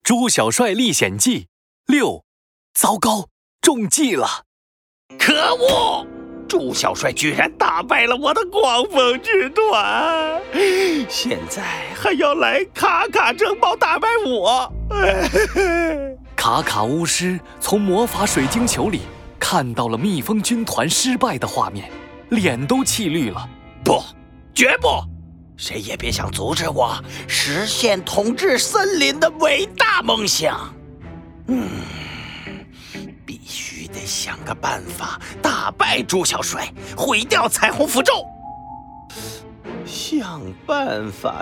猪小帅历险记6，糟糕，中计了！ 可恶！猪小帅居然打败了我的光风之团，现在还要来卡卡城堡打败我！ 卡卡巫师从魔法水晶球里看到了蜜蜂军团失败的画面，脸都气绿了。 不，绝不！谁也别想阻止我实现统治森林的伟大梦想。必须得想个办法打败猪小帅，毁掉彩虹符咒。想办法，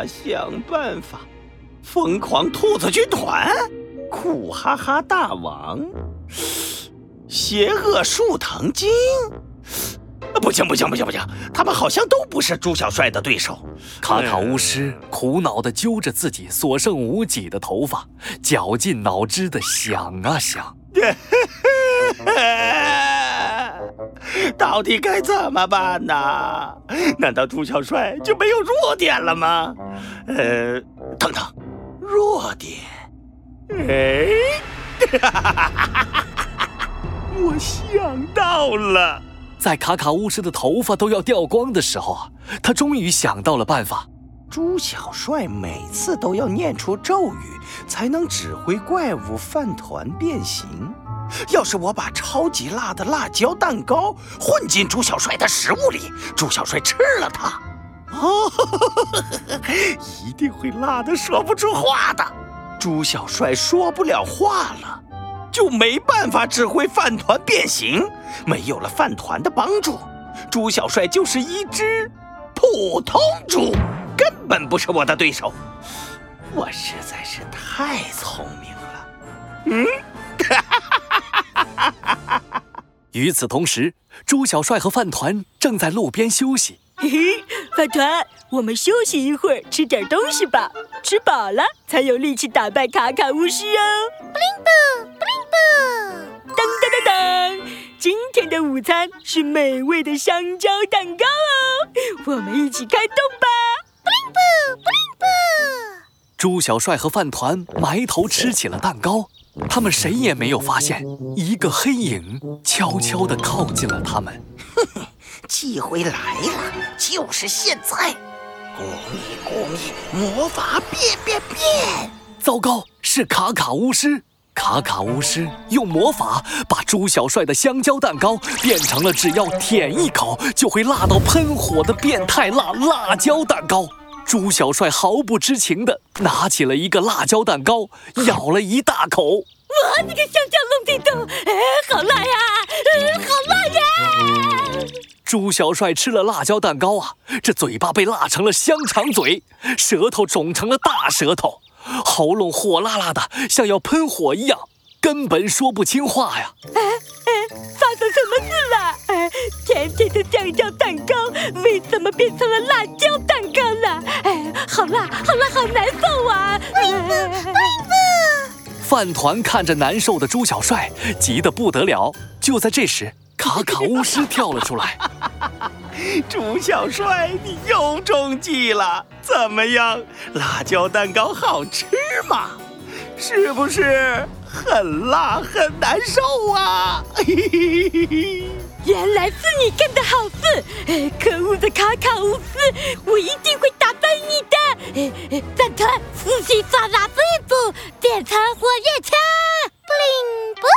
疯狂兔子军团，酷哈哈大王，邪恶树藤精。不行，他们好像都不是猪小帅的对手。 卡卡巫师苦恼地揪着自己所剩无几的头发，绞尽脑汁地想啊想。 到底该怎么办呢？难道猪小帅就没有弱点了吗？等等，弱点？我想到了。 在卡卡巫师的头发都要掉光的时候，他终于想到了办法。 猪小帅每次都要念出咒语，才能指挥怪物饭团变形。要是我把超级辣的辣椒蛋糕混进猪小帅的食物里，猪小帅吃了它，一定会辣得说不出话的。猪小帅说不了话了，就没办法指挥饭团变形。没有了饭团的帮助，猪小帅就是一只普通猪，根本不是我的对手。我实在是太聪明了。 与此同时，猪小帅和饭团正在路边休息。 嘿嘿，饭团，我们休息一会儿，吃点东西吧。吃饱了才有力气打败卡卡巫师哦。 布灵布，布灵布。 当当当当，今天的午餐是美味的香蕉蛋糕哦，我们一起开动吧。 布灵布，布灵布。 猪小帅和饭团埋头吃起了蛋糕。他们谁也没有发现，一个黑影悄悄地靠近了他们。 机会来了，就是现在！公益，魔法变！ 糟糕，是卡卡巫师！卡卡巫师用魔法把猪小帅的香蕉蛋糕变成了只要舔一口就会辣到喷火的变态辣椒蛋糕。猪小帅毫不知情地拿起了一个辣椒蛋糕，咬了一大口。 哇，那个香蕉龙地洞，好辣呀！好辣呀！ 猪小帅吃了辣椒蛋糕啊，这嘴巴被辣成了香肠嘴，舌头肿成了大舌头，喉咙火辣辣的，像要喷火一样，根本说不清话呀。 发生什么事了？甜甜的香蕉蛋糕为什么变成了辣椒蛋糕了？好辣，好难受啊！ 饭团看着难受的猪小帅，急得不得了。就在这时，卡卡巫师跳了出来。 猪小帅，你又中计了！怎么样，辣椒蛋糕好吃吗？是不是很辣很难受啊？ 原来是你干的好事！可恶的卡卡巫师，我一定会打败你的！饭团，复习发拉这一步，变成火焰枪！ 布灵布！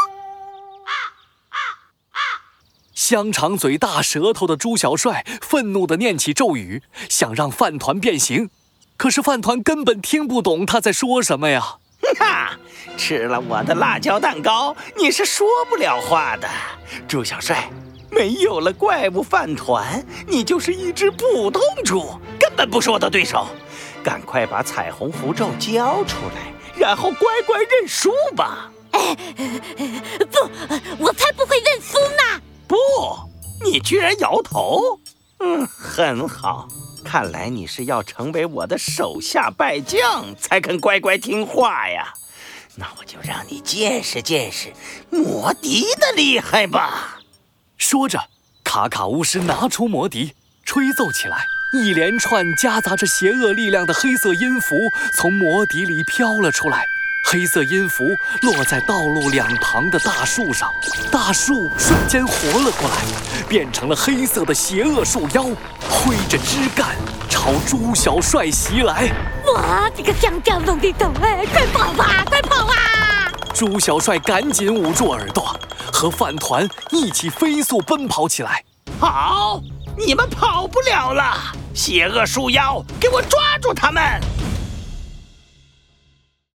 香肠嘴大舌头的猪小帅愤怒地念起咒语，想让饭团变形，可是饭团根本听不懂他在说什么呀。 吃了我的辣椒蛋糕，你是说不了话的。猪小帅，没有了怪物饭团，你就是一只普通猪，根本不是我的对手。赶快把彩虹符咒交出来，然后乖乖认输吧。 不，我才不会认输呢！ 不，你居然摇头。很好，看来你是要成为我的手下败将才肯乖乖听话呀。那我就让你见识见识魔笛的厉害吧。 说着，卡卡巫师拿出魔笛，吹奏起来，一连串夹杂着邪恶力量的黑色音符从魔笛里飘了出来。 黑色音符落在道路两旁的大树上，大树瞬间活了过来，变成了黑色的邪恶树妖，挥着枝干朝猪小帅袭来。 哇，这个香蕉龙的头，快跑吧，快跑啊！ 猪小帅赶紧捂住耳朵，和饭团一起飞速奔跑起来。 好，你们跑不了了！邪恶树妖，给我抓住他们！